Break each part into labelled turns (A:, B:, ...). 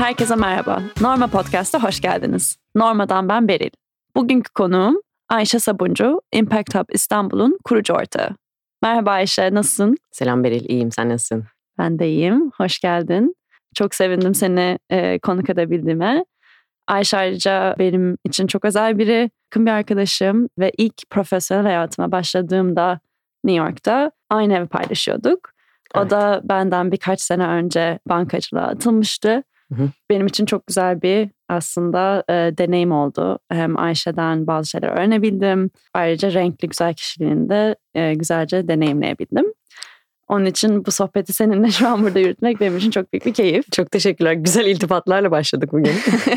A: Herkese merhaba. Norma Podcast'a hoş geldiniz. Norma'dan ben Beril. Bugünkü konuğum Ayşe Sabuncu, Impact Hub İstanbul'un kurucu ortağı. Merhaba Ayşe, nasılsın?
B: Selam Beril, iyiyim. Sen nasılsın?
A: Ben de iyiyim, hoş geldin. Çok sevindim seni konuk edebildiğime. Ayşe ayrıca benim için çok özel biri, yakın bir arkadaşım ve ilk profesyonel hayatıma başladığımda New York'ta aynı evi paylaşıyorduk. Evet. O da benden birkaç sene önce bankacılığa atılmıştı. Benim için çok güzel bir aslında deneyim oldu. Hem Ayşe'den bazı şeyler öğrenebildim. Ayrıca renkli güzel kişiliğini de güzelce deneyimleyebildim. Onun için bu sohbeti seninle şu an burada yürütmek benim için çok büyük bir keyif.
B: Çok teşekkürler. Güzel iltifatlarla başladık bugün.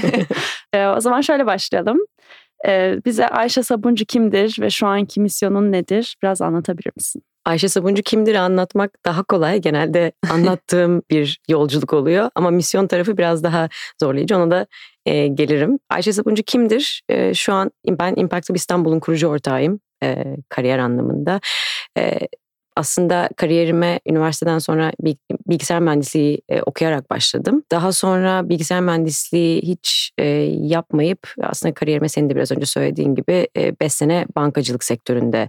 A: O zaman şöyle başlayalım. Bize Ayşe Sabuncu kimdir ve şu anki misyonun nedir? Biraz anlatabilir misin?
B: Ayşe Sabuncu kimdir anlatmak daha kolay. Genelde anlattığım bir yolculuk oluyor. Ama misyon tarafı biraz daha zorlayıcı. Ona da gelirim. Ayşe Sabuncu kimdir? Şu an ben Impact Hub İstanbul'un kurucu ortağıyım. Kariyer anlamında. Aslında kariyerime üniversiteden sonra bilgisayar mühendisliği okuyarak başladım. Daha sonra bilgisayar mühendisliği hiç yapmayıp aslında kariyerime senin de biraz önce söylediğin gibi 5 sene bankacılık sektöründe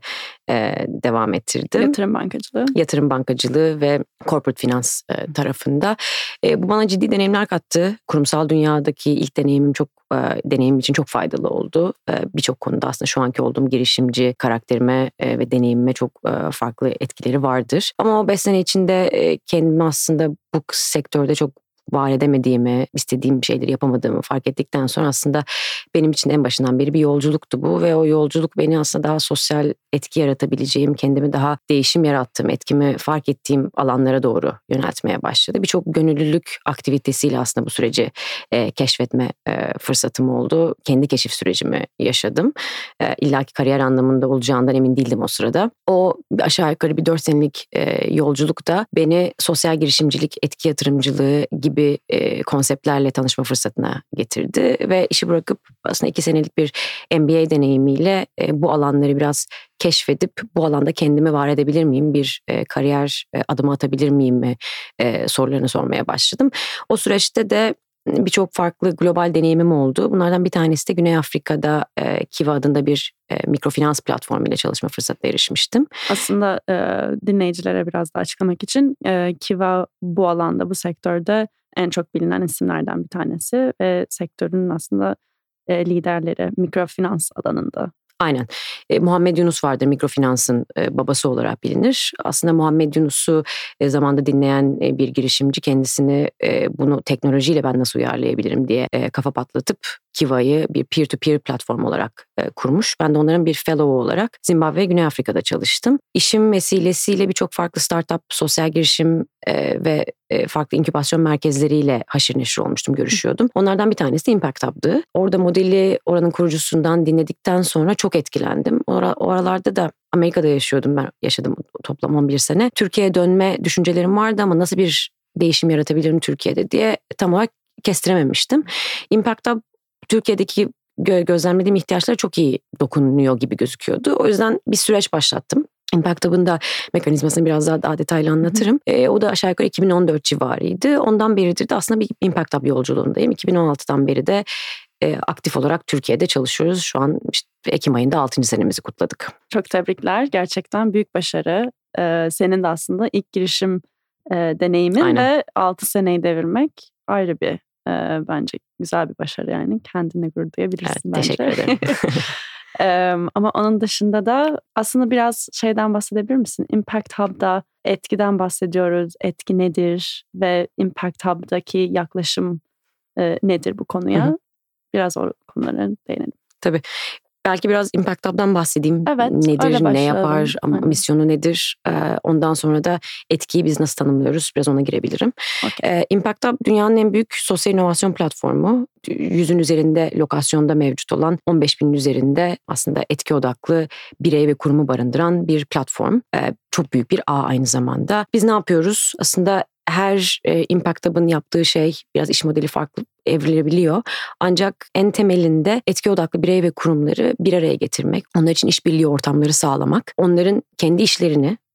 B: devam ettirdim. Yatırım bankacılığı ve corporate finans tarafında. Bu bana ciddi deneyimler kattı. Kurumsal dünyadaki ilk deneyimim için çok faydalı oldu. Birçok konuda aslında şu anki olduğum girişimci karakterime ve deneyimime çok farklı etkileri vardır. Ama o 5 sene içinde kendimi aslında bu sektörde çok var edemediğimi, istediğim şeyleri yapamadığımı fark ettikten sonra aslında benim için en başından beri bir yolculuktu bu ve o yolculuk beni aslında daha sosyal etki yaratabileceğim, kendimi daha değişim yarattığım, etkimi fark ettiğim alanlara doğru yöneltmeye başladı. Birçok gönüllülük aktivitesiyle aslında bu süreci keşfetme fırsatım oldu. Kendi keşif sürecimi yaşadım. İlla ki kariyer anlamında olacağından emin değildim o sırada. O aşağı yukarı bir 4 senelik yolculukta beni sosyal girişimcilik, etki yatırımcılığı gibi konseptlerle tanışma fırsatına getirdi ve işi bırakıp aslında 2 senelik bir MBA deneyimiyle bu alanları biraz keşfedip bu alanda kendimi var edebilir miyim, bir kariyer adımı atabilir miyim mi sorularını sormaya başladım. O süreçte de birçok farklı global deneyimim oldu. Bunlardan bir tanesi de Güney Afrika'da Kiva adında bir mikrofinans platformuyla çalışma fırsatına erişmiştim.
A: Aslında dinleyicilere biraz daha açıklamak için Kiva bu alanda, bu sektörde en çok bilinen isimlerden bir tanesi ve sektörün aslında liderleri mikrofinans alanında.
B: Aynen. Muhammed Yunus vardır, mikrofinansın babası olarak bilinir. Aslında Muhammed Yunus'u zamanda dinleyen bir girişimci kendisini bunu teknolojiyle ben nasıl uyarlayabilirim diye kafa patlatıp Kiva'yı bir peer-to-peer platform olarak kurmuş. Ben de onların bir fellow olarak Zimbabwe ve Güney Afrika'da çalıştım. İşim vesilesiyle birçok farklı startup, sosyal girişim ve farklı inkübasyon merkezleriyle haşır neşir olmuştum, görüşüyordum. Onlardan bir tanesi de Impact Hub'dı. Orada modeli oranın kurucusundan dinledikten sonra çok etkilendim. O aralarda da Amerika'da yaşadım toplam 11 sene. Türkiye'ye dönme düşüncelerim vardı ama nasıl bir değişim yaratabilirim Türkiye'de diye tam olarak kestirememiştim. Impact Hub Türkiye'deki gözlemlediğim ihtiyaçlara çok iyi dokunuyor gibi gözüküyordu. O yüzden bir süreç başlattım. Impact Hub'ın da mekanizmasını biraz daha detaylı anlatırım. O da aşağı yukarı 2014 civarıydı. Ondan beridir de aslında bir Impact Hub yolculuğundayım. 2016'dan beri de aktif olarak Türkiye'de çalışıyoruz. Şu an işte Ekim ayında 6. senemizi kutladık.
A: Çok tebrikler. Gerçekten büyük başarı. Senin de aslında ilk girişim deneyimin. Aynen. Ve 6 seneyi devirmek ayrı bir bence güzel bir başarı yani. Kendine gurur duyabilirsin bence.
B: Teşekkür ederim.
A: Ama onun dışında da aslında biraz şeyden bahsedebilir misin? Impact Hub'da etkiden bahsediyoruz. Etki nedir? Ve Impact Hub'daki yaklaşım nedir bu konuya? Hı-hı. Biraz o konulara değinelim.
B: Tabii. Belki biraz Impact Hub'dan bahsedeyim.
A: Evet,
B: nedir, ne yapar, misyonu nedir? Ondan sonra da etkiyi biz nasıl tanımlıyoruz? Biraz ona girebilirim. Okay. Impact Hub dünyanın en büyük sosyal inovasyon platformu. 100'ün üzerinde lokasyonda mevcut olan 15.000'in üzerinde aslında etki odaklı birey ve kurumu barındıran bir platform. Çok büyük bir ağ aynı zamanda. Biz ne yapıyoruz? Aslında her Impact Hub'ın yaptığı şey biraz iş modeli farklı evrilebiliyor. Ancak en temelinde etki odaklı birey ve kurumları bir araya getirmek, onlar için işbirliği ortamları sağlamak, onların kendi işlerini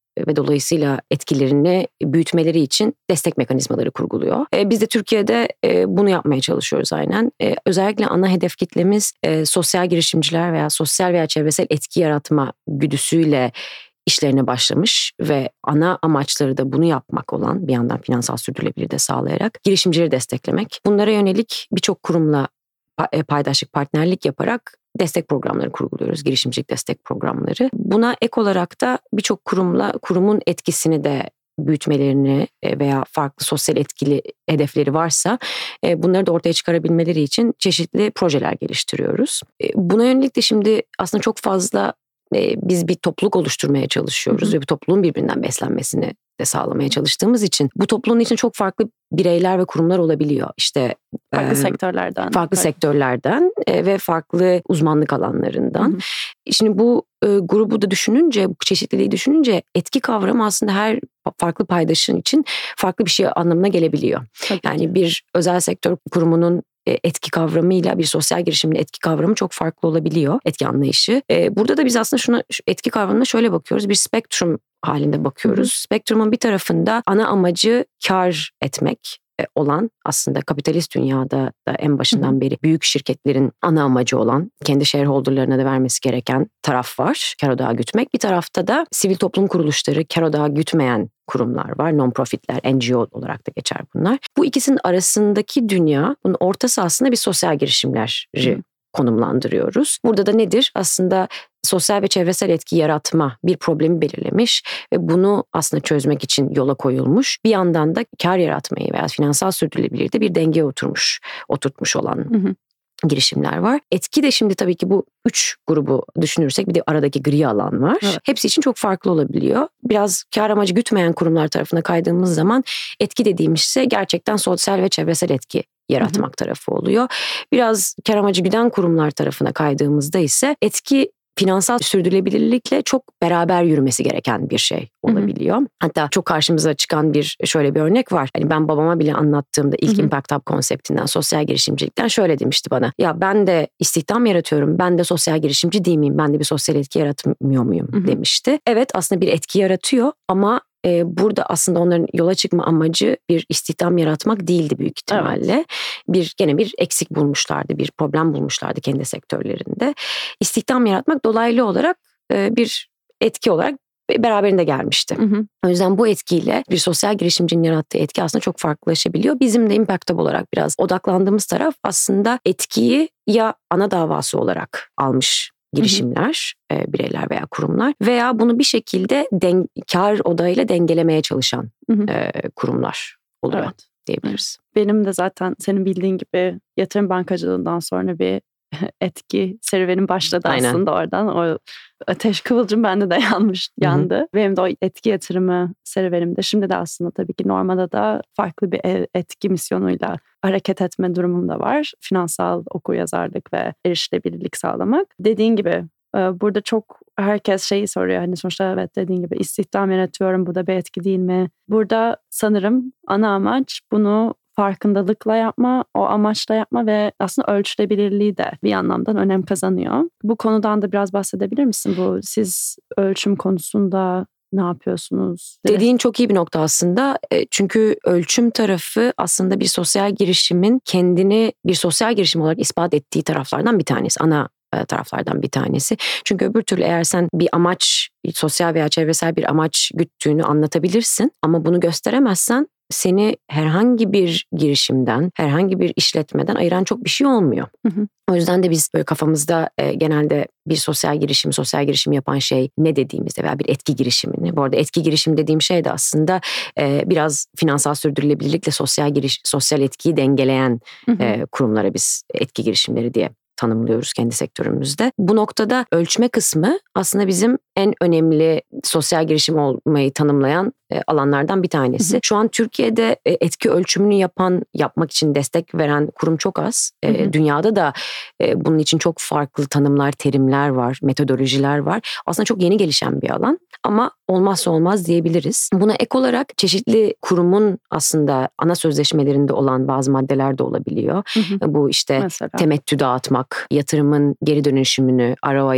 B: ve dolayısıyla etkilerini büyütmeleri için destek mekanizmaları kurguluyor. Biz de Türkiye'de bunu yapmaya çalışıyoruz aynen. Özellikle ana hedef kitlemiz sosyal girişimciler veya sosyal veya çevresel etki yaratma güdüsüyle işlerine başlamış ve ana amaçları da bunu yapmak olan, bir yandan finansal sürdürülebilirliği de sağlayarak girişimcileri desteklemek. Bunlara yönelik birçok kurumla paydaşlık, partnerlik yaparak destek programları kurguluyoruz, girişimcilik destek programları. Buna ek olarak da birçok kurumun etkisini de büyütmelerini veya farklı sosyal etkili hedefleri varsa bunları da ortaya çıkarabilmeleri için çeşitli projeler geliştiriyoruz. Buna yönelik de şimdi aslında çok fazla biz bir topluluk oluşturmaya çalışıyoruz ve bu topluluğun birbirinden beslenmesini de sağlamaya çalıştığımız için bu topluluğun için çok farklı bireyler ve kurumlar olabiliyor. İşte
A: farklı sektörlerden.
B: Farklı sektörlerden ve farklı uzmanlık alanlarından. Şimdi bu grubu da düşününce, bu çeşitliliği düşününce etki kavramı aslında her farklı paydaşın için farklı bir şey anlamına gelebiliyor.
A: Tabii
B: yani
A: ki.
B: bir özel sektör kurumunun etki kavramıyla bir sosyal girişimin etki kavramı çok farklı olabiliyor, etki anlayışı. Burada da biz aslında etki kavramına şöyle bakıyoruz, bir spektrum halinde bakıyoruz. Spektrumun bir tarafında ana amacı kar etmek olan, aslında kapitalist dünyada da en başından beri büyük şirketlerin ana amacı olan, kendi shareholderlarına da vermesi gereken taraf var, kar odağı gütmek. Bir tarafta da sivil toplum kuruluşları, kar odağı gütmeyen kurumlar var. Non-profitler, NGO olarak da geçer bunlar. Bu ikisinin arasındaki dünya, bunun ortası aslında bir sosyal girişimleri konumlandırıyoruz. Burada da nedir? Aslında sosyal ve çevresel etki yaratma bir problemi belirlemiş ve bunu aslında çözmek için yola koyulmuş. Bir yandan da kar yaratmayı veya finansal sürdürülebilirliği de bir dengeye oturtmuş olan girişimler var. Etki de şimdi tabii ki bu 3 grubu düşünürsek bir de aradaki gri alan var.
A: Evet.
B: Hepsi için çok farklı olabiliyor. Biraz kar amacı gütmeyen kurumlar tarafına kaydığımız zaman etki dediğimiz ise gerçekten sosyal ve çevresel etki yaratmak tarafı oluyor. Biraz kar amacı güden kurumlar tarafına kaydığımızda ise etki finansal sürdürülebilirlikle çok beraber yürümesi gereken bir şey olabiliyor. Hatta çok karşımıza çıkan şöyle bir örnek var. Hani ben babama bile anlattığımda ilk Impact Hub konseptinden, sosyal girişimcilikten şöyle demişti bana. Ya ben de istihdam yaratıyorum. Ben de sosyal girişimci değil miyim? Ben de bir sosyal etki yaratmıyor muyum demişti. Evet, aslında bir etki yaratıyor ama burada aslında onların yola çıkma amacı bir istihdam yaratmak değildi büyük ihtimalle. Evet. Gene bir eksik bulmuşlardı, bir problem bulmuşlardı kendi sektörlerinde. İstihdam yaratmak dolaylı olarak bir etki olarak beraberinde gelmişti. O yüzden bu etkiyle bir sosyal girişimcinin yarattığı etki aslında çok farklılaşabiliyor. Bizim de Impact Hub olarak biraz odaklandığımız taraf aslında etkiyi ya ana davası olarak almış girişimler, bireyler veya kurumlar veya bunu bir şekilde kar odağıyla dengelemeye çalışan kurumlar oluyor diyebiliriz.
A: Benim de zaten senin bildiğin gibi yatırım bankacılığından sonra bir etki serüvenim başladı. Aynen. Aslında oradan. O ateş kıvılcım bende de yandı. Benim de o etki yatırımı serüvenimde. Şimdi de aslında tabii ki Norma'da da farklı bir etki misyonuyla hareket etme durumum da var. Finansal okuryazarlık ve erişilebilirlik sağlamak. Dediğin gibi burada çok herkes şeyi soruyor. Hani sonuçta evet, dediğin gibi istihdam yaratıyorum. Bu da bir etki değil mi? Burada sanırım ana amaç bunu farkındalıkla yapma, o amaçla yapma ve aslında ölçülebilirliği de bir anlamdan önem kazanıyor. Bu konudan da biraz bahsedebilir misin? Siz ölçüm konusunda ne yapıyorsunuz?
B: Dediğin çok iyi bir nokta aslında. Çünkü ölçüm tarafı aslında bir sosyal girişimin kendini bir sosyal girişim olarak ispat ettiği taraflardan bir tanesi. Ana taraflardan bir tanesi. Çünkü öbür türlü eğer sen bir amaç, sosyal veya çevresel bir amaç güttüğünü anlatabilirsin ama bunu gösteremezsen seni herhangi bir girişimden, herhangi bir işletmeden ayıran çok bir şey olmuyor. O yüzden de biz böyle kafamızda genelde bir sosyal girişim yapan şey ne dediğimizde veya bir etki girişimini. Bu arada etki girişim dediğim şey de aslında biraz finansal sürdürülebilirlikle sosyal etkiyi dengeleyen kurumlara biz etki girişimleri diye tanımlıyoruz kendi sektörümüzde. Bu noktada ölçme kısmı aslında bizim en önemli sosyal girişim olmayı tanımlayan alanlardan bir tanesi. Şu an Türkiye'de etki ölçümünü yapmak için destek veren kurum çok az. Dünyada da bunun için çok farklı tanımlar, terimler var, metodolojiler var. Aslında çok yeni gelişen bir alan ama olmazsa olmaz diyebiliriz. Buna ek olarak çeşitli kurumun aslında ana sözleşmelerinde olan bazı maddeler de olabiliyor. Bu işte mesela temettü dağıtmak, yatırımın geri dönüşümünü, ROI'yi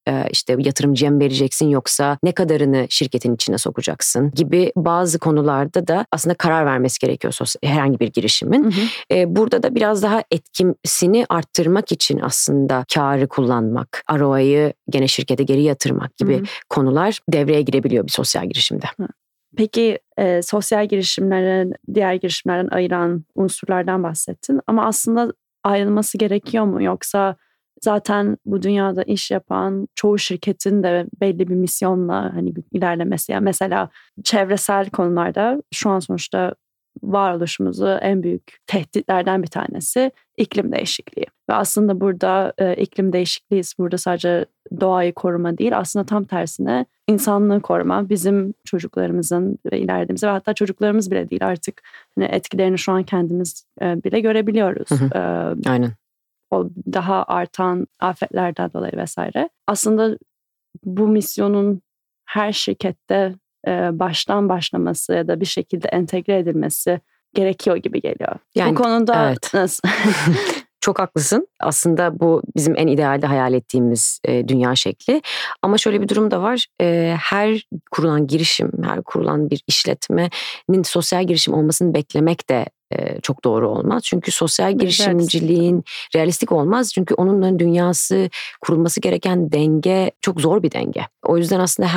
B: işte yatırımcıya mı vereceksin yoksa ne kadarını şirketin içine sokacaksın gibi bazı konularda da aslında karar vermesi gerekiyor herhangi bir girişimin. Burada da biraz daha etkisini arttırmak için aslında karı kullanmak, ROI'yı gene şirkete geri yatırmak gibi konular devreye girebiliyor bir sosyal girişimde.
A: Peki sosyal girişimlerin diğer girişimlerden ayıran unsurlardan bahsettin ama aslında ayrılması gerekiyor mu? Yoksa zaten bu dünyada iş yapan çoğu şirketin de belli bir misyonla hani ilerlemesi. Yani mesela çevresel konularda şu an sonuçta varoluşumuzu en büyük tehditlerden bir tanesi iklim değişikliği. Ve aslında burada iklim değişikliği burada sadece doğayı koruma değil, aslında tam tersine insanlığı koruma, bizim çocuklarımızın ve ileridemize ve hatta çocuklarımız bile değil artık hani etkilerini şu an kendimiz bile görebiliyoruz.
B: Aynen.
A: O daha artan afetlerden dolayı vesaire. Aslında bu misyonun her şirkette baştan başlaması ya da bir şekilde entegre edilmesi gerekiyor gibi geliyor.
B: Yani,
A: bu konuda
B: evet.
A: nasıl?
B: Çok haklısın. Aslında bu bizim en idealde hayal ettiğimiz dünya şekli. Ama şöyle bir durum da var. Her kurulan girişim, her kurulan bir işletmenin sosyal girişim olmasını beklemek de çok doğru olmaz. Çünkü sosyal girişimciliğin realistik olmaz. Çünkü onunla dünyası kurulması gereken denge çok zor bir denge. O yüzden aslında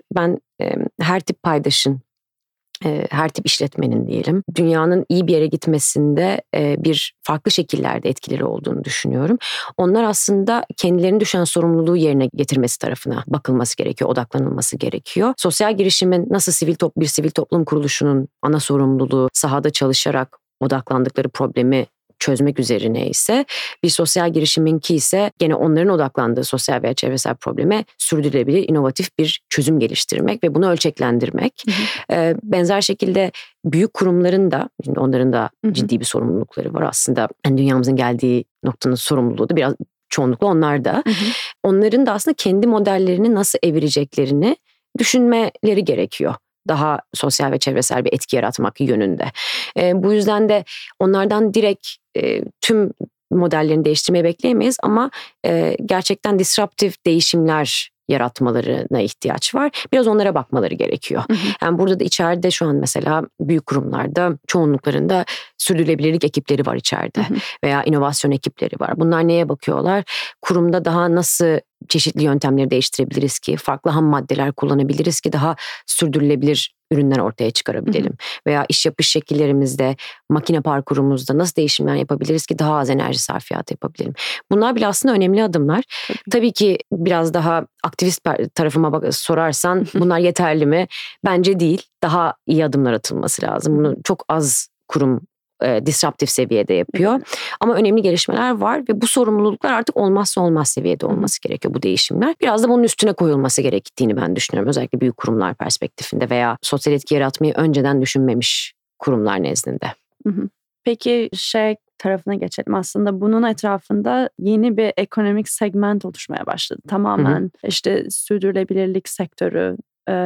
B: her tip paydaşın, her tip işletmenin diyelim dünyanın iyi bir yere gitmesinde bir farklı şekillerde etkileri olduğunu düşünüyorum. Onlar aslında kendilerine düşen sorumluluğu yerine getirmesi tarafına bakılması gerekiyor, odaklanılması gerekiyor. Sosyal girişimin nasıl bir sivil toplum kuruluşunun ana sorumluluğu sahada çalışarak odaklandıkları problemi çözmek üzerine ise bir sosyal girişiminki ise gene onların odaklandığı sosyal veya çevresel probleme sürdürülebilir, inovatif bir çözüm geliştirmek ve bunu ölçeklendirmek. Benzer şekilde büyük kurumların da, şimdi onların da ciddi bir sorumlulukları var aslında. Yani dünyamızın geldiği noktanın sorumluluğu da biraz çoğunlukla onlar da. Onların da aslında kendi modellerini nasıl evireceklerini düşünmeleri gerekiyor. Daha sosyal ve çevresel bir etki yaratmak yönünde. Bu yüzden de onlardan direkt tüm modellerini değiştirmeyi bekleyemeyiz ama gerçekten disruptif değişimler yaratmalarına ihtiyaç var. Biraz onlara bakmaları gerekiyor. Yani burada da içeride şu an mesela büyük kurumlarda çoğunluklarında sürdürülebilirlik ekipleri var içeride veya inovasyon ekipleri var. Bunlar neye bakıyorlar? Kurumda daha nasıl çeşitli yöntemleri değiştirebiliriz ki, farklı ham maddeler kullanabiliriz ki daha sürdürülebilir ürünler ortaya çıkarabilelim. Veya iş yapış şekillerimizde, makine parkurumuzda nasıl değişimler yapabiliriz ki daha az enerji sarfiyatı yapabilelim. Bunlar bile aslında önemli adımlar. Tabii ki biraz daha aktivist tarafıma sorarsan bunlar yeterli mi? Bence değil. Daha iyi adımlar atılması lazım. Bunu çok az kurum disruptif seviyede yapıyor. Ama önemli gelişmeler var ve bu sorumluluklar artık olmazsa olmaz seviyede olması gerekiyor bu değişimler. Biraz da bunun üstüne koyulması gerektiğini ben düşünüyorum. Özellikle büyük kurumlar perspektifinde veya sosyal etki yaratmayı önceden düşünmemiş kurumlar nezdinde.
A: Peki tarafına geçelim. Aslında bunun etrafında yeni bir ekonomik segment oluşmaya başladı. Tamamen işte sürdürülebilirlik sektörü,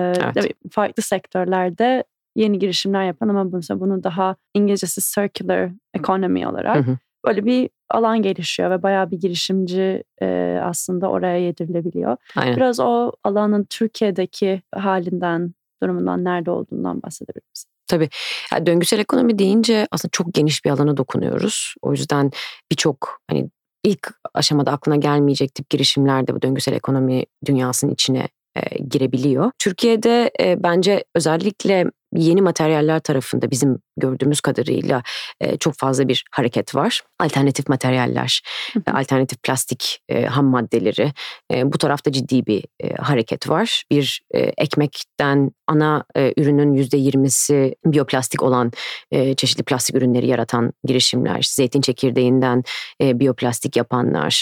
A: farklı sektörlerde yeni girişimler yapan ama bunu daha İngilizcesi circular economy olarak böyle bir alan gelişiyor ve bayağı bir girişimci aslında oraya yedirilebiliyor.
B: Aynen.
A: Biraz o alanın Türkiye'deki halinden, durumundan, nerede olduğundan bahsedebilir misin?
B: Tabii. Yani döngüsel ekonomi deyince aslında çok geniş bir alana dokunuyoruz. O yüzden birçok ilk aşamada aklına gelmeyecek tip girişimler de bu döngüsel ekonomi dünyasının içine girebiliyor. Türkiye'de bence özellikle yeni materyaller tarafında bizim gördüğümüz kadarıyla çok fazla bir hareket var. Alternatif materyaller, alternatif plastik ham maddeleri, bu tarafta ciddi bir hareket var. Bir ekmekten ana ürünün %20'si biyoplastik olan çeşitli plastik ürünleri yaratan girişimler, zeytin çekirdeğinden biyoplastik yapanlar,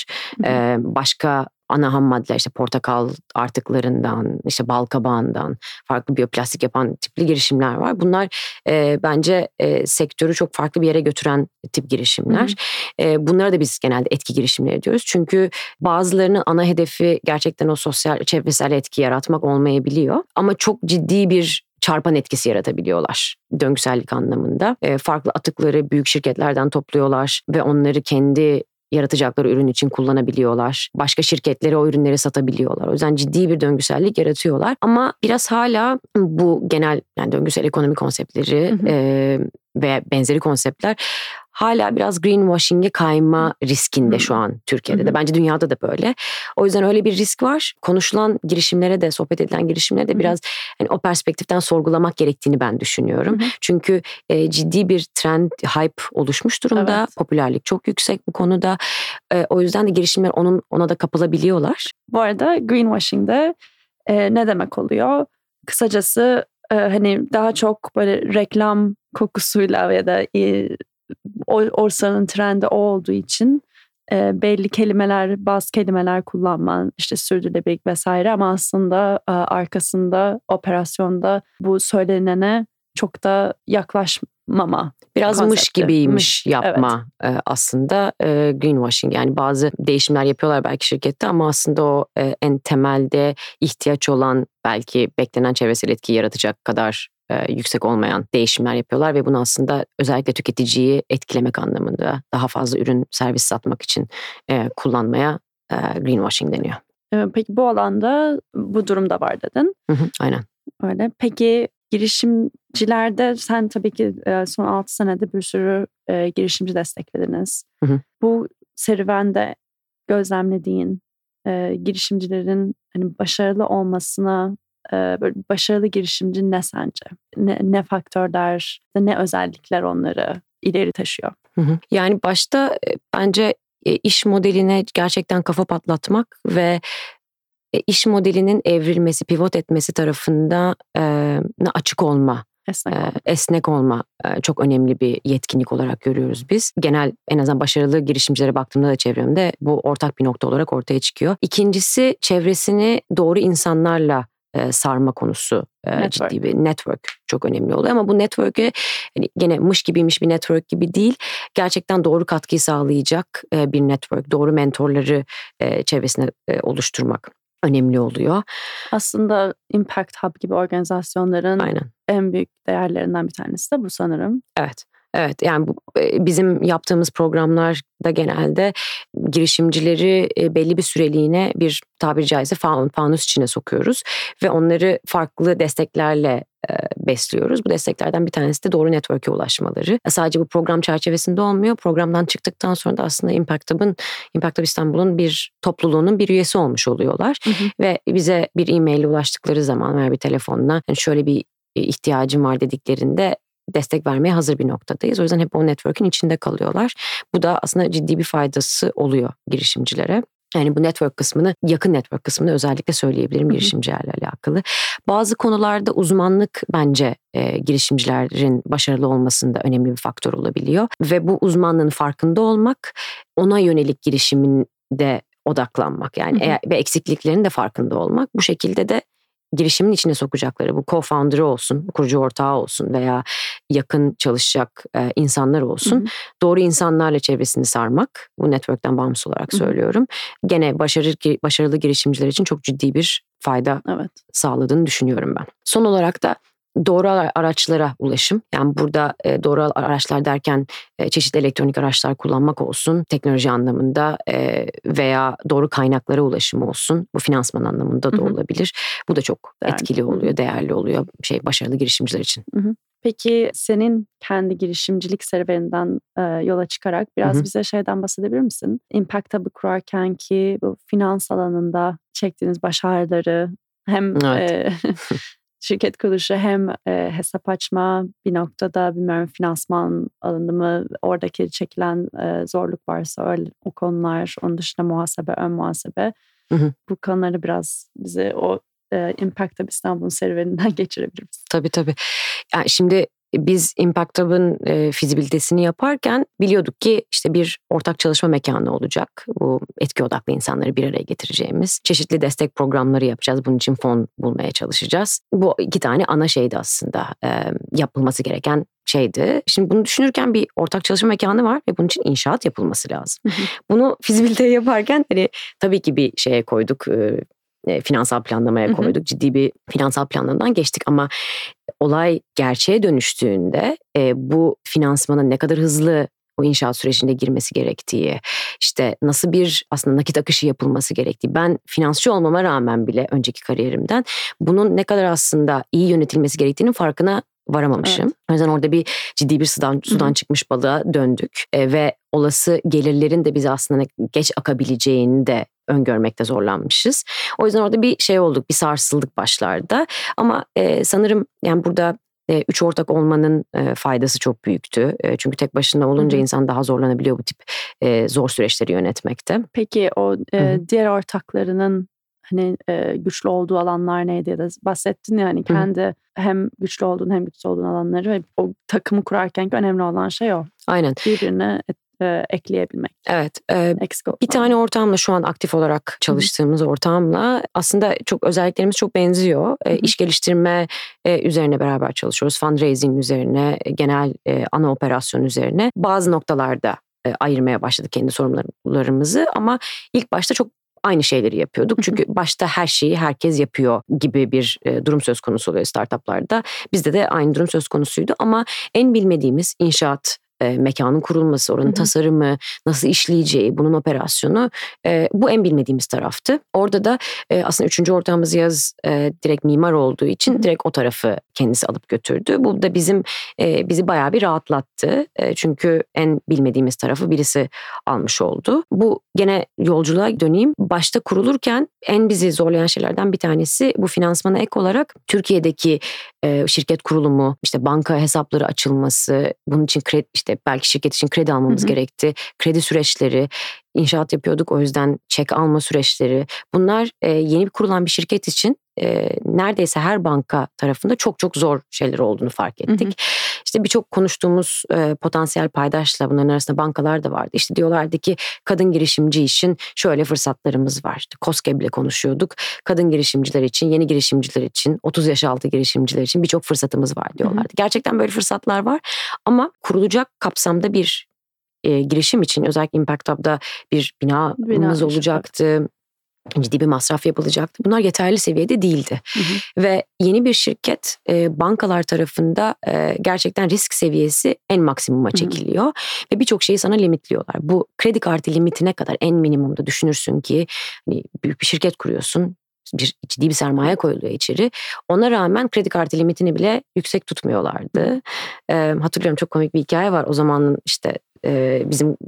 B: başka ana ham maddeler işte portakal artıklarından, işte bal kabağından farklı biyoplastik yapan tipli girişimler var. Bunlar bence sektörü çok farklı bir yere götüren tip girişimler. Bunlara da biz genelde etki girişimleri diyoruz. Çünkü bazılarının ana hedefi gerçekten o sosyal, çevresel etki yaratmak olmayabiliyor. Ama çok ciddi bir çarpan etkisi yaratabiliyorlar döngüsellik anlamında. Farklı atıkları büyük şirketlerden topluyorlar ve onları kendi yaratacakları ürün için kullanabiliyorlar. Başka şirketlere o ürünleri satabiliyorlar. O yüzden ciddi bir döngüsellik yaratıyorlar. Ama biraz hala bu genel yani döngüsel ekonomi konseptleri ve benzeri konseptler hala biraz greenwashing'e kayma riskinde şu an Türkiye'de de. Bence dünyada da böyle. O yüzden öyle bir risk var. Konuşulan girişimlere de, sohbet edilen girişimlere de biraz hani o perspektiften sorgulamak gerektiğini ben düşünüyorum. Çünkü ciddi bir trend, hype oluşmuş durumda.
A: Evet.
B: Popülerlik çok yüksek bu konuda. O yüzden de girişimler ona da kapılabiliyorlar.
A: Bu arada greenwashing'de ne demek oluyor? Kısacası hani daha çok böyle reklam kokusuyla ya da orsanın trendi o olduğu için belli kelimeler, bazı kelimeler kullanman, işte sürdürülebilirlik vesaire, ama aslında arkasında, operasyonda bu söylenene çok da yaklaşmama.
B: Biraz
A: konsepti.
B: mış gibiymiş yapma aslında greenwashing. Yani bazı değişimler yapıyorlar belki şirkette ama aslında o en temelde ihtiyaç olan, belki beklenen çevresel etki yaratacak kadar yüksek olmayan değişimler yapıyorlar ve bunu aslında özellikle tüketiciyi etkilemek anlamında daha fazla ürün, servis satmak için kullanmaya greenwashing deniyor.
A: Peki bu alanda bu durum da var dedin.
B: Aynen.
A: Öyle. Peki girişimcilerde sen tabii ki son 6 senede bir sürü girişimci desteklediniz. Bu serüvende gözlemlediğin girişimcilerin hani başarılı olmasına, böyle başarılı girişimci ne sence? Ne faktörler, ne özellikler onları ileri taşıyor?
B: Yani başta bence iş modeline gerçekten kafa patlatmak ve iş modelinin evrilmesi, pivot etmesi tarafında açık olma, esnek olma çok önemli bir yetkinlik olarak görüyoruz biz. Genel, en azından başarılı girişimcilere baktığımda da çevremde bu ortak bir nokta olarak ortaya çıkıyor. İkincisi, çevresini doğru insanlarla sarma konusu. Ciddi bir network çok önemli oluyor ama bu network'e yani gene mış gibiymiş bir network gibi değil, gerçekten doğru katkıyı sağlayacak bir network, doğru mentorları çevresine oluşturmak önemli oluyor.
A: Aslında Impact Hub gibi organizasyonların
B: Aynen.
A: en büyük değerlerinden bir tanesi de bu sanırım.
B: Evet, yani bizim yaptığımız programlarda genelde girişimcileri belli bir süreliğine bir, tabiri caizse fanus içine sokuyoruz ve onları farklı desteklerle besliyoruz. Bu desteklerden bir tanesi de doğru network'e ulaşmaları. Sadece bu program çerçevesinde olmuyor. Programdan çıktıktan sonra da aslında Impact Hub İstanbul'un bir topluluğunun bir üyesi olmuş oluyorlar. Ve bize bir e-mail ulaştıkları zaman veya bir telefonla yani şöyle bir ihtiyacım var dediklerinde destek vermeye hazır bir noktadayız. O yüzden hep o network'ün içinde kalıyorlar. Bu da aslında ciddi bir faydası oluyor girişimcilere. Yani bu network kısmını, yakın network kısmını özellikle söyleyebilirim girişimcilerle alakalı. Bazı konularda uzmanlık bence girişimcilerin başarılı olmasında önemli bir faktör olabiliyor. Ve bu uzmanlığın farkında olmak, ona yönelik girişiminde odaklanmak. Yani ve eksikliklerin de farkında olmak. Bu şekilde de girişimin içine sokacakları, bu co-founder'ı olsun, kurucu ortağı olsun veya yakın çalışacak insanlar olsun. Doğru insanlarla çevresini sarmak, bu network'ten bağımsız olarak söylüyorum. Gene başarılı girişimciler için çok ciddi bir fayda sağladığını düşünüyorum ben. Son olarak da doğru araçlara ulaşım. Yani burada doğru araçlar derken çeşitli elektronik araçlar kullanmak olsun, teknoloji anlamında veya doğru kaynaklara ulaşım olsun. Bu finansman anlamında da olabilir. Bu da çok etkili oluyor, değerli oluyor başarılı girişimciler için.
A: Peki senin kendi girişimcilik serüveninden yola çıkarak biraz bize şeyden bahsedebilir misin? Impact Hub'ı kurarken ki bu finans alanında çektiğiniz başarıları, hem şirket kuruluşu hem hesap açma, bir noktada bilmiyorum finansman alanı mı, oradaki çekilen zorluk varsa öyle, o konular, onun dışında muhasebe, ön muhasebe. Bu konuları biraz bize o Impact Hub İstanbul'un serüveninden geçirebilir misin?
B: Tabii. Yani şimdi biz Impact Hub'ın fizibilitesini yaparken biliyorduk ki işte bir ortak çalışma mekanı olacak. Bu etki odaklı insanları bir araya getireceğimiz. Çeşitli destek programları yapacağız. Bunun için fon bulmaya çalışacağız. Bu 2 tane ana şeydi aslında. Yapılması gereken şeydi. Şimdi bunu düşünürken bir ortak çalışma mekanı var ve bunun için inşaat yapılması lazım. Bunu fizibilite yaparken hani tabii ki bir şeye koyduk. Finansal planlamaya koyduk. Ciddi bir finansal planlamadan geçtik ama olay gerçeğe dönüştüğünde bu finansmanın ne kadar hızlı o inşaat sürecinde girmesi gerektiği, işte nasıl bir aslında nakit akışı yapılması gerektiği. Ben finansçı olmama rağmen bile önceki kariyerimden bunun ne kadar aslında iyi yönetilmesi gerektiğinin farkına varamamışım.
A: Evet.
B: O yüzden orada bir ciddi bir sudan çıkmış balığa döndük ve olası gelirlerin de bize aslında geç akabileceğini de öngörmekte zorlanmışız. O yüzden orada bir şey olduk, bir sarsıldık başlarda. Ama sanırım yani burada 3 ortak olmanın faydası çok büyüktü. Çünkü tek başına olunca insan daha zorlanabiliyor bu tip zor süreçleri yönetmekte.
A: Peki o diğer ortaklarının hani güçlü olduğu alanlar neydi ya da bahsettin yani kendi hem güçlü olduğun hem güçsüz olduğun alanları ve o takımı kurarken önemli olan şey o.
B: Aynen.
A: Birbirine ekleyebilmek.
B: Evet. Bir tane ortağımla şu an aktif olarak çalıştığımız ortağımla aslında çok özelliklerimiz çok benziyor. İş geliştirme üzerine beraber çalışıyoruz. Fundraising üzerine, genel ana operasyon üzerine. Bazı noktalarda ayırmaya başladık kendi sorumlularımızı ama ilk başta çok aynı şeyleri yapıyorduk. Çünkü başta her şeyi herkes yapıyor gibi bir durum söz konusu oluyor startuplarda. Bizde de aynı durum söz konusuydu ama en bilmediğimiz inşaat mekanın kurulması, oranın tasarımı, nasıl işleyeceği, bunun operasyonu bu en bilmediğimiz taraftı. Orada da aslında 3. ortağımız Yağız direkt mimar olduğu için direkt o tarafı kendisi alıp götürdü. Bu da bizi bayağı bir rahatlattı. Çünkü en bilmediğimiz tarafı birisi almış oldu. Bu gene yolculuğa döneyim. Başta kurulurken en bizi zorlayan şeylerden bir tanesi bu finansmana ek olarak Türkiye'deki şirket kurulumu, işte banka hesapları açılması, bunun için işte belki şirket için kredi almamız gerekti. Kredi süreçleri, inşaat yapıyorduk o yüzden çek alma süreçleri. Bunlar yeni kurulan bir şirket için neredeyse her banka tarafında çok çok zor şeyler olduğunu fark ettik. İşte birçok konuştuğumuz potansiyel paydaşla bunların arasında bankalar da vardı. İşte diyorlardı ki kadın girişimci için şöyle fırsatlarımız var. İşte KOSGEB'le konuşuyorduk. Kadın girişimciler için, yeni girişimciler için, 30 yaş altı girişimciler için birçok fırsatımız var diyorlardı. Gerçekten böyle fırsatlar var ama kurulacak kapsamda bir girişim için özellikle Impact Hub'da bir binamız olacaktı. Ciddi bir masraf yapılacaktı. Bunlar yeterli seviyede değildi. Ve yeni bir şirket bankalar tarafında gerçekten risk seviyesi en maksimuma çekiliyor. Ve birçok şeyi sana limitliyorlar. Bu kredi kartı limitine kadar en minimumda düşünürsün ki hani büyük bir şirket kuruyorsun. Ciddi bir sermaye koyuluyor içeri. Ona rağmen kredi kartı limitini bile yüksek tutmuyorlardı. Hatırlıyorum çok komik bir hikaye var. O zaman işte bizim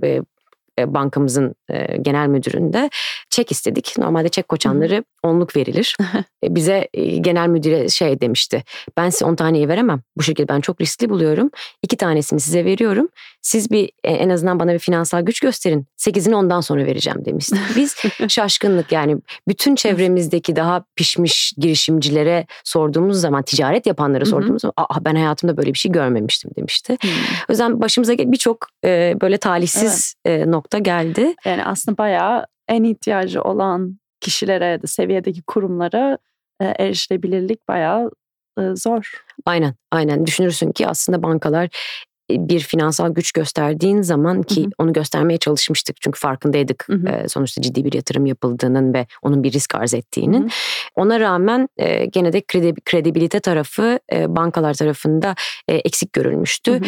B: bankamızın genel müdüründe çek istedik. Normalde çek koçanları 10'luk verilir. Bize genel müdüre şey demişti. Ben size 10 taneyi veremem. Bu şekilde ben çok riskli buluyorum. 2 tanesini size veriyorum. Siz en azından bana bir finansal güç gösterin. 8'ini ondan sonra vereceğim demişti. Biz şaşkınlık yani bütün çevremizdeki daha pişmiş girişimcilere sorduğumuz zaman, ticaret yapanlara sorduğumuz zaman ben hayatımda böyle bir şey görmemiştim demişti. O yüzden başımıza birçok böyle talihsiz nokta geldi.
A: Yani aslında bayağı en ihtiyacı olan kişilere, seviyedeki kurumlara erişilebilirlik bayağı zor.
B: Aynen. Düşünürsün ki aslında bankalar bir finansal güç gösterdiğin zaman ki onu göstermeye çalışmıştık. Çünkü farkındaydık sonuçta ciddi bir yatırım yapıldığının ve onun bir risk arz ettiğinin. Ona rağmen gene de kredibilite tarafı bankalar tarafında eksik görülmüştü.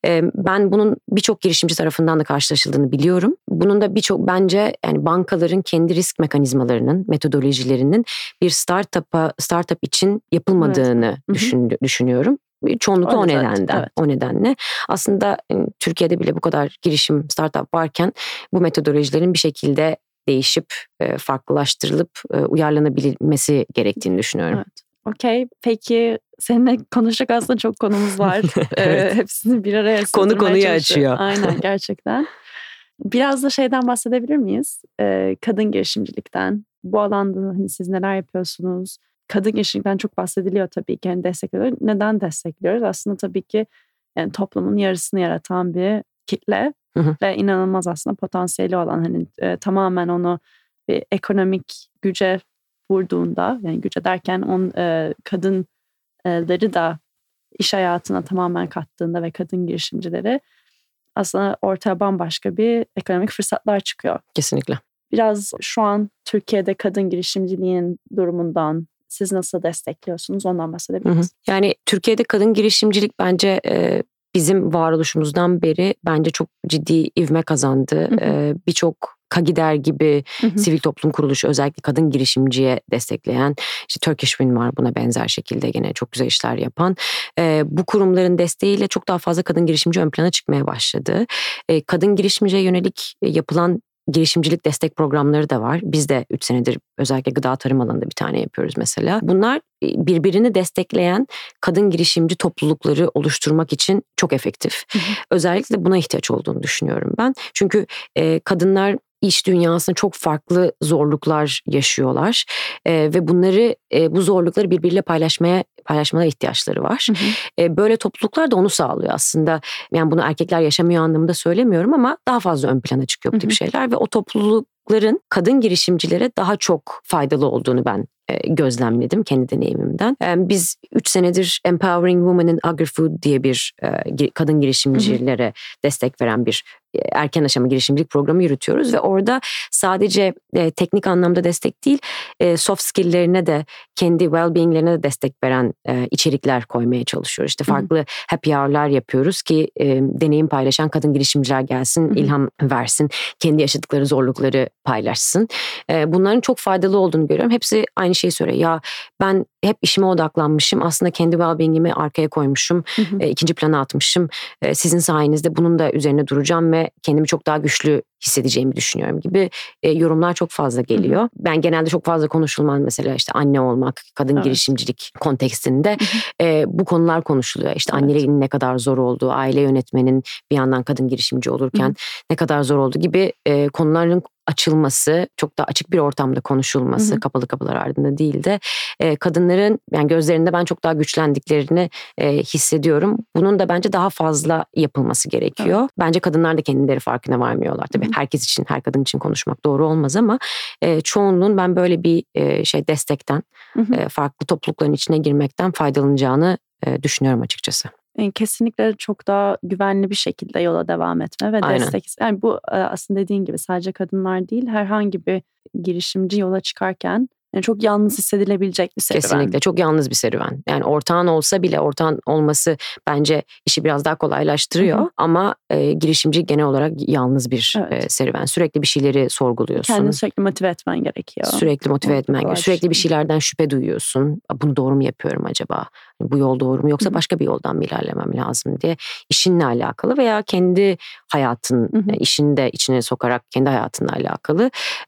B: Ben bunun birçok girişimci tarafından da karşılaşıldığını biliyorum. Bunun da birçok bence yani bankaların kendi risk mekanizmalarının, metodolojilerinin bir startup için yapılmadığını düşünüyorum. Çoğunlukla o nedenle. Evet. O nedenle aslında Türkiye'de bile bu kadar girişim, startup varken bu metodolojilerin bir şekilde değişip farklılaştırılıp uyarlanabilmesi gerektiğini düşünüyorum.
A: Evet. Okey. Peki seninle konuşacak aslında çok konumuz var. Hepsini bir araya
B: sığdırmaya konuyu açıyor.
A: Aynen gerçekten. Biraz da şeyden bahsedebilir miyiz? Kadın girişimcilikten. Bu alanda hani siz neler yapıyorsunuz? Kadın girişimcilikten çok bahsediliyor tabii ki. Yani destekliyoruz. Neden destekliyoruz? Aslında tabii ki yani toplumun yarısını yaratan bir kitle ve inanılmaz aslında potansiyeli olan hani tamamen onu bir ekonomik güce vurduğunda yani güce derken kadınları da iş hayatına tamamen kattığında ve kadın girişimcileri aslında ortaya bambaşka bir ekonomik fırsatlar çıkıyor.
B: Kesinlikle.
A: Biraz şu an Türkiye'de kadın girişimciliğin durumundan siz nasıl destekliyorsunuz ondan bahsedebiliriz.
B: Yani Türkiye'de kadın girişimcilik bence bizim varoluşumuzdan beri bence çok ciddi ivme kazandı. Birçok Kagider gibi sivil toplum kuruluşu özellikle kadın girişimciye destekleyen, işte Turkish Win var buna benzer şekilde gene çok güzel işler yapan. Bu kurumların desteğiyle çok daha fazla kadın girişimci ön plana çıkmaya başladı. Kadın girişimciye yönelik yapılan girişimcilik destek programları da var. Biz de 3 senedir özellikle gıda tarım alanında bir tane yapıyoruz mesela. Bunlar birbirini destekleyen kadın girişimci toplulukları oluşturmak için çok efektif. Özellikle de buna ihtiyaç olduğunu düşünüyorum ben. Çünkü kadınlar iş dünyasında çok farklı zorluklar yaşıyorlar ve bunları bu zorlukları birbiriyle paylaşmaya ihtiyaçları var. Böyle topluluklar da onu sağlıyor aslında. Yani bunu erkekler yaşamıyor anlamında söylemiyorum ama daha fazla ön plana çıkıyor bu tip şeyler ve o toplulukların kadın girişimcilere daha çok faydalı olduğunu ben gözlemledim kendi deneyimimden. Biz 3 senedir Empowering Women in Agri-Food diye bir kadın girişimcilere destek veren bir erken aşama girişimcilik programı yürütüyoruz ve orada sadece teknik anlamda destek değil, soft skill'lerine de kendi well-being'lerine de destek veren içerikler koymaya çalışıyoruz. İşte farklı happy hour'lar yapıyoruz ki deneyim paylaşan kadın girişimciler gelsin, ilham versin, kendi yaşadıkları zorlukları paylaşsın. Bunların çok faydalı olduğunu görüyorum. Hepsi aynı şeyi söylüyor. Ya ben hep işime odaklanmışım. Aslında kendi well-being'imi arkaya koymuşum. İkinci plana atmışım. Sizin sayenizde bunun da üzerine duracağım ve kendimi çok daha güçlü hissedeceğimi düşünüyorum gibi yorumlar çok fazla geliyor. Ben genelde çok fazla konuşulmaz mesela işte anne olmak, kadın girişimcilik kontekstinde bu konular konuşuluyor. İşte anneliğin ne kadar zor olduğu, aile yönetmenin bir yandan kadın girişimci olurken ne kadar zor olduğu gibi konuların açılması, çok daha açık bir ortamda konuşulması, kapalı kapılar ardında değil de kadınların yani gözlerinde ben çok daha güçlendiklerini hissediyorum. Bunun da bence daha fazla yapılması gerekiyor. Bence kadınlar da kendileri farkına varmıyorlar. Tabii herkes için, her kadın için konuşmak doğru olmaz ama çoğunluğun ben böyle bir destekten, farklı toplulukların içine girmekten faydalanacağını düşünüyorum açıkçası.
A: Kesinlikle çok daha güvenli bir şekilde yola devam etme ve destek. Yani bu aslında dediğin gibi sadece kadınlar değil, herhangi bir girişimci yola çıkarken yani çok yalnız hissedilebilecek bir serüven.
B: Kesinlikle çok yalnız bir serüven. Yani ortağın olsa bile ortağın olması bence işi biraz daha kolaylaştırıyor. Ama girişimci genel olarak yalnız bir serüven. Sürekli bir şeyleri sorguluyorsun.
A: Kendini sürekli motive etmen gerekiyor.
B: Sürekli motive etmen gerekiyor. Sürekli bir şeylerden şüphe duyuyorsun. Bunu doğru mu yapıyorum acaba? Bu yol doğru mu yoksa başka bir yoldan mı ilerlemem lazım diye işinle alakalı veya kendi hayatın işini de içine sokarak kendi hayatınla alakalı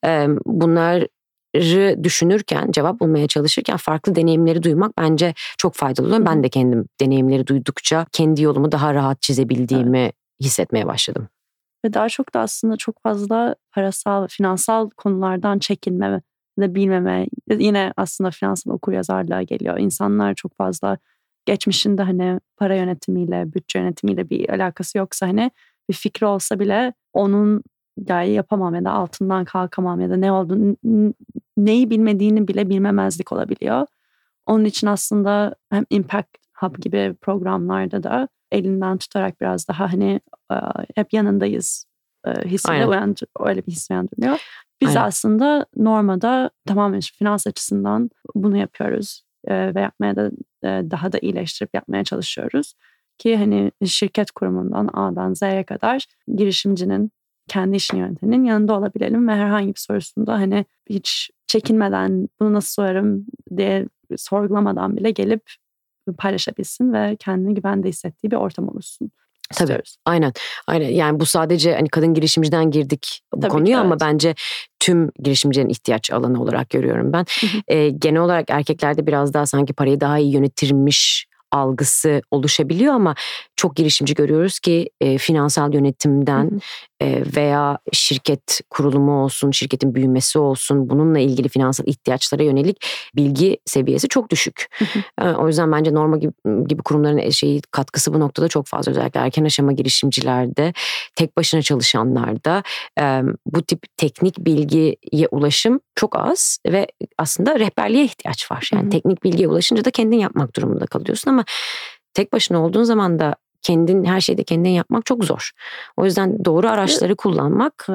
B: bunlar düşünürken, cevap bulmaya çalışırken farklı deneyimleri duymak bence çok faydalı oluyor. Ben de kendim deneyimleri duydukça kendi yolumu daha rahat çizebildiğimi hissetmeye başladım.
A: Ve daha çok da aslında çok fazla parasal, finansal konulardan çekinme ve bilmeme, yine aslında finansal okuryazarlığa geliyor. İnsanlar çok fazla geçmişinde hani para yönetimiyle, bütçe yönetimiyle bir alakası yoksa hani bir fikri olsa bile onun gayet yapamam ya da altından kalkamam ya da ne olduğunu, neyi bilmediğini bile bilmemezlik olabiliyor. Onun için aslında hem Impact Hub gibi programlarda da elinden tutarak biraz daha hani hep yanındayız hissiyle öyle bir his uyandırıyor. Biz aslında normada tamamen finans açısından bunu yapıyoruz ve yapmaya da daha da iyileştirip yapmaya çalışıyoruz. Ki hani şirket kurumundan A'dan Z'ye kadar girişimcinin kendi işini yönetenin yanında olabilelim ve herhangi bir sorusunda hani hiç çekinmeden bunu nasıl sorarım diye sorgulamadan bile gelip paylaşabilsin ve kendini güvende hissettiği bir ortam oluşsun.
B: Tabii. Aynen. Yani bu sadece hani kadın girişimciden girdik bu konuya ama bence tüm girişimcilerin ihtiyaç alanı olarak görüyorum ben. Genel olarak erkeklerde biraz daha sanki parayı daha iyi yönetirmiş algısı oluşabiliyor ama çok girişimci görüyoruz ki finansal yönetimden veya şirket kurulumu olsun, şirketin büyümesi olsun, bununla ilgili finansal ihtiyaçlara yönelik bilgi seviyesi çok düşük. O yüzden bence Norma gibi kurumların katkısı bu noktada çok fazla. Özellikle erken aşama girişimcilerde, tek başına çalışanlarda bu tip teknik bilgiye ulaşım çok az ve aslında rehberliğe ihtiyaç var. Yani teknik bilgiye ulaşınca da kendin yapmak durumunda kalıyorsun ama tek başına olduğun zaman da her şeyde kendin yapmak çok zor. O yüzden doğru araçları kullanmak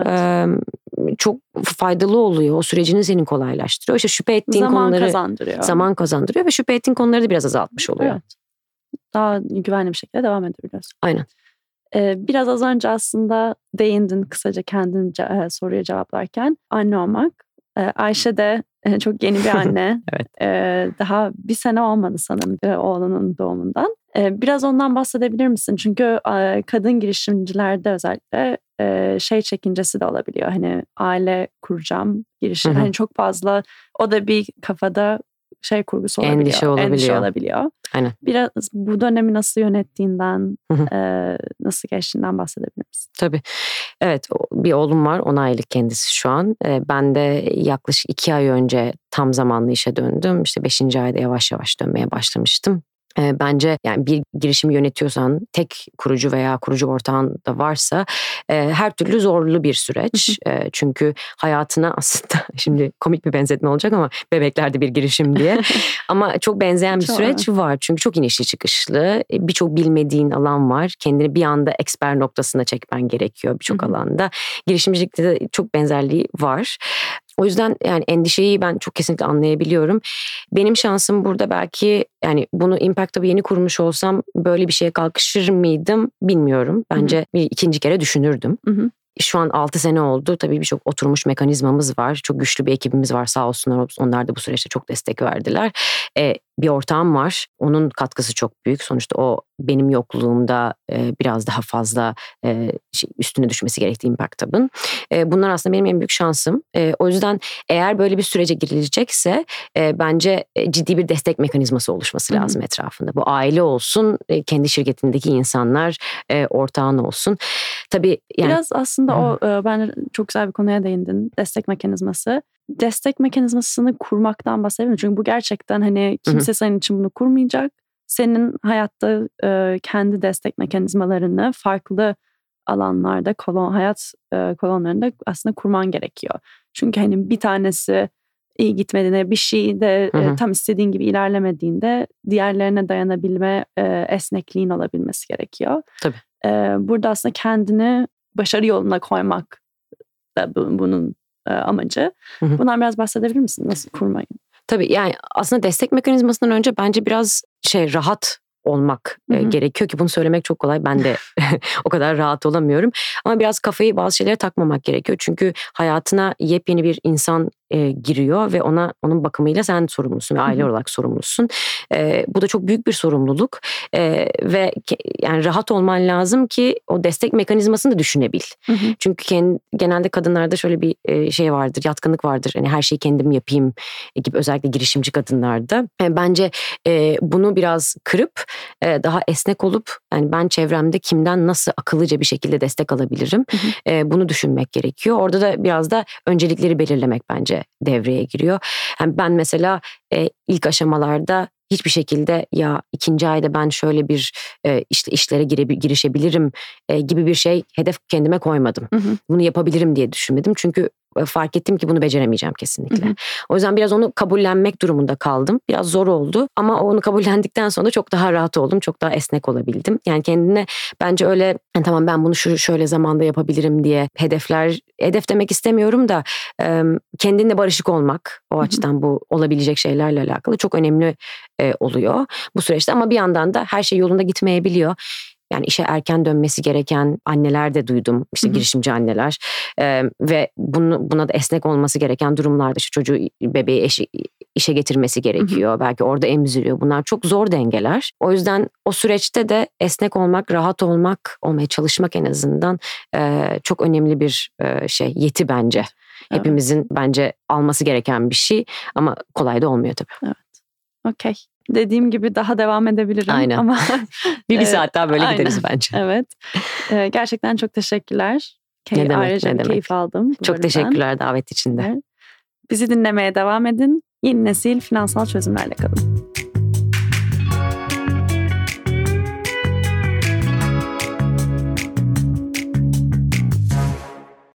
B: çok faydalı oluyor. O sürecini senin kolaylaştırıyor. İşte şüphe ettiğin konuları zaman kazandırıyor ve şüphe ettiğin konuları da biraz azaltmış oluyor.
A: Evet. daha güvenli bir şekilde devam edebiliyorsun.
B: Aynen.
A: Biraz az önce aslında değindin kısaca kendin soruya cevaplarken. Anne olmak. Ayşe de çok yeni bir anne.
B: Evet.
A: Daha bir sene olmadı sanırım oğlunun doğumundan. Biraz ondan bahsedebilir misin? Çünkü kadın girişimcilerde özellikle çekincesi de olabiliyor. Hani aile kuracağım girişim. Hani çok fazla o da bir kafada kurgusu olabiliyor. Endişe olabiliyor.
B: Aynen.
A: Biraz bu dönemi nasıl yönettiğinden, nasıl geçtiğinden bahsedebilir misin?
B: Tabii. Evet, bir oğlum var, 10 aylık kendisi şu an. Ben de yaklaşık 2 ay önce tam zamanlı işe döndüm. İşte 5. ayda yavaş yavaş dönmeye başlamıştım. Bence yani bir girişimi yönetiyorsan, tek kurucu veya kurucu ortağın da varsa her türlü zorlu bir süreç. Çünkü hayatına aslında şimdi komik bir benzetme olacak ama bebekler de bir girişim diye. Ama çok benzeyen bir süreç var. Çünkü çok inişli çıkışlı. Birçok bilmediğin alan var. Kendini bir anda eksper noktasına çekmen gerekiyor birçok alanda. Girişimcilikte de çok benzerliği var. O yüzden yani endişeyi ben çok kesinlikle anlayabiliyorum. Benim şansım burada belki yani bunu Impact Hub'ı yeni kurmuş olsam böyle bir şeye kalkışır mıydım bilmiyorum. Bence bir ikinci kere düşünürdüm. Şu an 6 sene oldu. Tabii birçok oturmuş mekanizmamız var. Çok güçlü bir ekibimiz var sağ olsunlar. Onlar da bu süreçte çok destek verdiler. Bir ortağım var. Onun katkısı çok büyük. Sonuçta o benim yokluğumda biraz daha fazla üstüne düşmesi gerektiği Impact Hub'ın. Bunlar aslında benim en büyük şansım. O yüzden eğer böyle bir sürece girilecekse bence ciddi bir destek mekanizması oluşması lazım etrafında. Bu aile olsun, kendi şirketindeki insanlar, ortağın olsun. Tabii yani
A: biraz aslında o bence çok güzel bir konuya değindin. Destek mekanizması. Destek mekanizmasını kurmaktan bahsedelim. Çünkü bu gerçekten hani kimse senin için bunu kurmayacak. Senin hayatta kendi destek mekanizmalarını farklı alanlarda, hayat kolonlarında aslında kurman gerekiyor. Çünkü hani bir tanesi iyi gitmediğinde, bir şey de tam istediğin gibi ilerlemediğinde diğerlerine dayanabilme esnekliğin olabilmesi gerekiyor.
B: Tabii.
A: Burada aslında kendini başarı yoluna koymak da bunun amacı. Bundan biraz bahsedebilir misin? Nasıl kurmayı?
B: Tabii yani aslında destek mekanizmasından önce bence biraz rahat olmak gerekiyor ki bunu söylemek çok kolay. Ben de o kadar rahat olamıyorum. Ama biraz kafayı bazı şeylere takmamak gerekiyor. Çünkü hayatına yepyeni bir insan giriyor ve onun bakımıyla sen sorumlusun ve aile olarak sorumlusun. Bu da çok büyük bir sorumluluk ve yani rahat olman lazım ki o destek mekanizmasını da düşünebil. Çünkü genelde kadınlarda şöyle bir şey vardır, yatkınlık vardır. Hani her şeyi kendim yapayım gibi, özellikle girişimci kadınlarda. Bence bunu biraz kırıp daha esnek olup yani ben çevremde kimden nasıl akıllıca bir şekilde destek alabilirim? Bunu düşünmek gerekiyor. Orada da biraz da öncelikleri belirlemek bence devreye giriyor. Yani ben mesela ilk aşamalarda hiçbir şekilde ya 2. ayda ben şöyle bir işte işlere girişebilirim gibi bir hedef kendime koymadım. Bunu yapabilirim diye düşünmedim. Çünkü fark ettim ki bunu beceremeyeceğim kesinlikle. O yüzden biraz onu kabullenmek durumunda kaldım. Biraz zor oldu ama onu kabullendikten sonra da çok daha rahat oldum. Çok daha esnek olabildim. Yani kendine bence öyle yani tamam ben bunu şöyle zamanda yapabilirim diye hedef demek istemiyorum da kendinle barışık olmak, o açıdan bu olabilecek şeylerle alakalı çok önemli oluyor bu süreçte. Ama bir yandan da her şey yolunda gitmeyebiliyor. Yani işe erken dönmesi gereken anneler de duydum. İşte girişimci anneler ve buna da esnek olması gereken durumlarda işte çocuğu, bebeği işe getirmesi gerekiyor. Belki orada emziriyor. Bunlar çok zor dengeler. O yüzden o süreçte de esnek olmak, rahat olmaya çalışmak en azından çok önemli bir yeti bence. Evet. Hepimizin bence alması gereken bir şey ama kolay da olmuyor tabii.
A: Evet. Okey. Dediğim gibi daha devam edebilirim.
B: Aynen.
A: Ama
B: bir saat daha böyle gideriz bence.
A: Evet. Gerçekten çok teşekkürler. Ayrıca keyif aldım.
B: Çok teşekkürler davet için de.
A: Evet. Bizi dinlemeye devam edin. Yeni nesil finansal çözümlerle kalın.